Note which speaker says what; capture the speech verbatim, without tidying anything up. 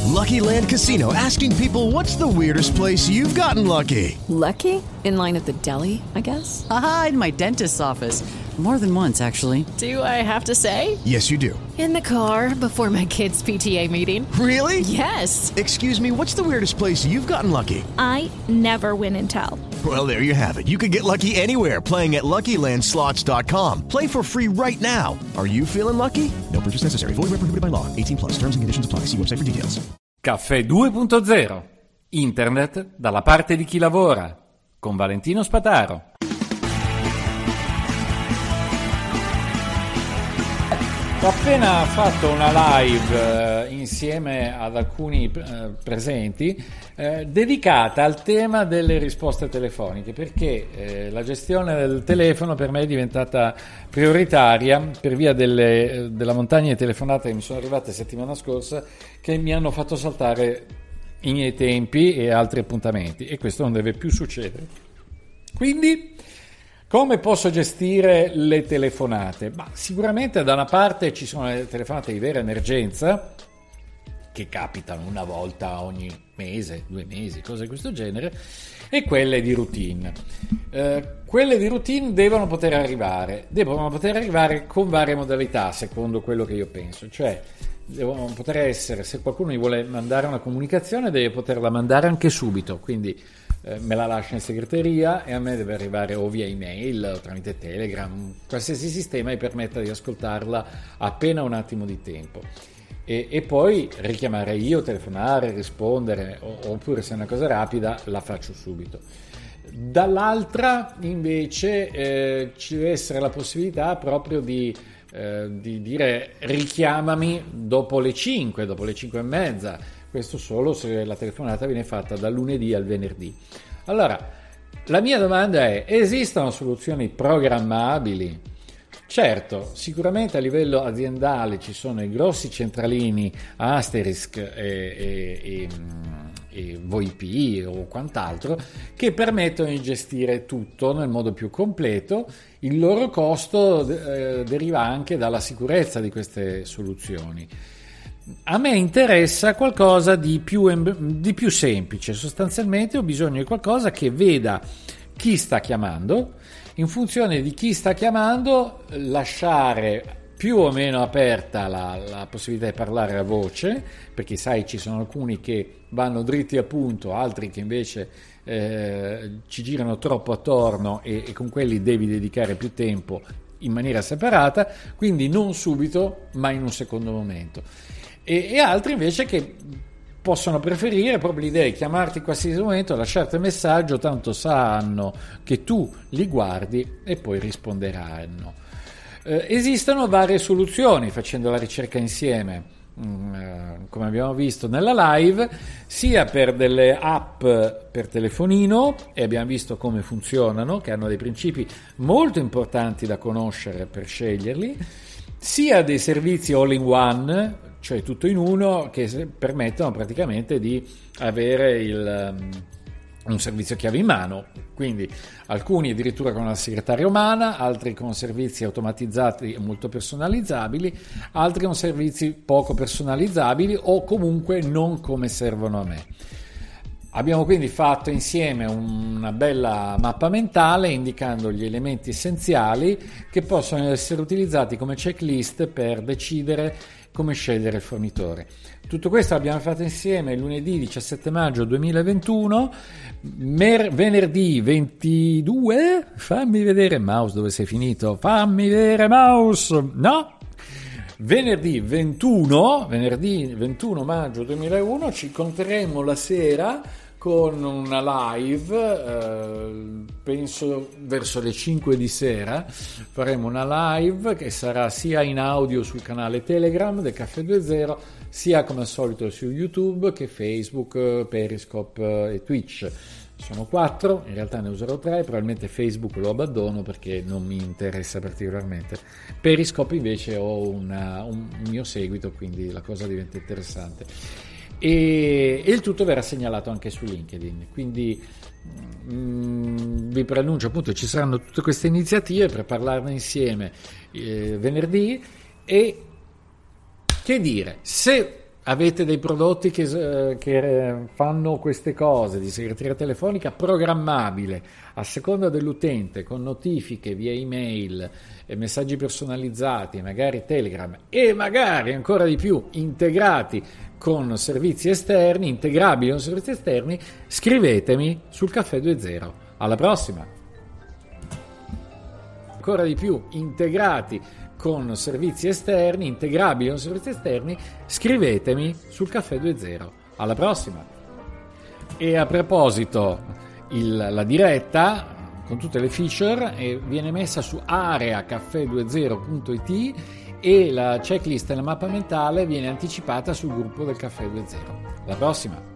Speaker 1: Lucky Land Casino, asking people, what's the weirdest place you've gotten lucky?
Speaker 2: Lucky? In line at the deli, I guess?
Speaker 3: Aha, in my dentist's office. More than once, actually.
Speaker 2: Do I have to say?
Speaker 1: Yes, you do.
Speaker 2: In the car before my kids' P T A meeting.
Speaker 1: Really?
Speaker 2: Yes.
Speaker 1: Excuse me, what's the weirdest place you've gotten lucky?
Speaker 4: I never win and tell.
Speaker 1: Well, there you have it. You can get lucky anywhere, playing at Lucky Land Slots dot com. Play for free right now. Are you feeling lucky? No purchase necessary. Void where prohibited by law. eighteen plus. Terms and conditions apply. See website for details.
Speaker 5: Caffè due punto zero. Internet dalla parte di chi lavora. Con Valentino Spataro. Ho appena fatto una live eh, insieme ad alcuni eh, presenti eh, dedicata al tema delle risposte telefoniche, perché eh, la gestione del telefono per me è diventata prioritaria per via delle, della montagna di telefonate che mi sono arrivate settimana scorsa, che mi hanno fatto saltare i miei tempi e altri appuntamenti, e questo non deve più succedere. Quindi come posso gestire le telefonate? Ma sicuramente da una parte ci sono le telefonate di vera emergenza, che capitano una volta ogni mese, due mesi, cose di questo genere, e quelle di routine. Eh, quelle di routine devono poter arrivare, devono poter arrivare con varie modalità, secondo quello che io penso, cioè devono poter essere, se qualcuno mi vuole mandare una comunicazione deve poterla mandare anche subito, quindi eh, me la lascia in segreteria e a me deve arrivare o via email o tramite Telegram, qualsiasi sistema mi permetta di ascoltarla appena un attimo di tempo, e, e poi richiamare io, telefonare, rispondere, o, oppure se è una cosa rapida la faccio subito. Dall'altra invece eh, ci deve essere la possibilità proprio di Eh, di dire richiamami dopo le cinque, dopo le cinque e mezza, questo solo se la telefonata viene fatta dal lunedì al venerdì. Allora, la mia domanda è: esistono soluzioni programmabili? Certo, sicuramente a livello aziendale ci sono i grossi centralini Asterisk e, e, e, e V I P o quant'altro, che permettono di gestire tutto nel modo più completo. Il loro costo eh, deriva anche dalla sicurezza di queste soluzioni. A me interessa qualcosa di più, di più semplice. Sostanzialmente ho bisogno di qualcosa che veda chi sta chiamando, in funzione di chi sta chiamando lasciare più o meno aperta la, la possibilità di parlare a voce, perché sai ci sono alcuni che vanno dritti a punto, altri che invece eh, ci girano troppo attorno, e, e con quelli devi dedicare più tempo in maniera separata, quindi non subito ma in un secondo momento, e, e altri invece che possono preferire proprio l'idea di chiamarti in qualsiasi momento, lasciarti un messaggio, tanto sanno che tu li guardi e poi risponderanno. Eh, esistono varie soluzioni, facendo la ricerca insieme, mh, eh, come abbiamo visto nella live, sia per delle app per telefonino, e abbiamo visto come funzionano, che hanno dei principi molto importanti da conoscere per sceglierli, sia dei servizi all in one, cioè tutto in uno, che permettono praticamente di avere il, um, un servizio chiave in mano, quindi alcuni addirittura con una segretaria umana, altri con servizi automatizzati e molto personalizzabili, altri con servizi poco personalizzabili o comunque non come servono a me. Abbiamo quindi fatto insieme una bella mappa mentale indicando gli elementi essenziali che possono essere utilizzati come checklist per decidere come scegliere il fornitore. Tutto questo l'abbiamo fatto insieme lunedì diciassette maggio duemilaventuno, mer- venerdì ventidue, fammi vedere mouse dove sei finito, fammi vedere mouse, no? Venerdì ventuno, venerdì ventuno maggio duemilauno ci incontreremo la sera con una live, eh, penso verso le cinque di sera, faremo una live che sarà sia in audio sul canale Telegram del Caffè due zero, sia come al solito su YouTube che Facebook, Periscope e Twitch. Sono quattro, in realtà ne userò tre, probabilmente Facebook lo abbandono perché non mi interessa particolarmente. Periscope invece ho una, un mio seguito, quindi la cosa diventa interessante. E, e il tutto verrà segnalato anche su LinkedIn, quindi mh, vi preannuncio appunto ci saranno tutte queste iniziative per parlarne insieme eh, venerdì. E che dire, se avete dei prodotti che, che fanno queste cose di segreteria telefonica programmabile a seconda dell'utente, con notifiche via email e messaggi personalizzati, magari Telegram, e magari ancora di più integrati con servizi esterni, integrabili con servizi esterni, scrivetemi sul Caffè due zero. Alla prossima! Ancora di più integrati con servizi esterni, integrabili con servizi esterni, scrivetemi sul Caffè due zero. Alla prossima! E a proposito, il, la diretta con tutte le feature eh, viene messa su area caffè due zero punto it e la checklist e la mappa mentale viene anticipata sul gruppo del Caffè due zero. Alla prossima!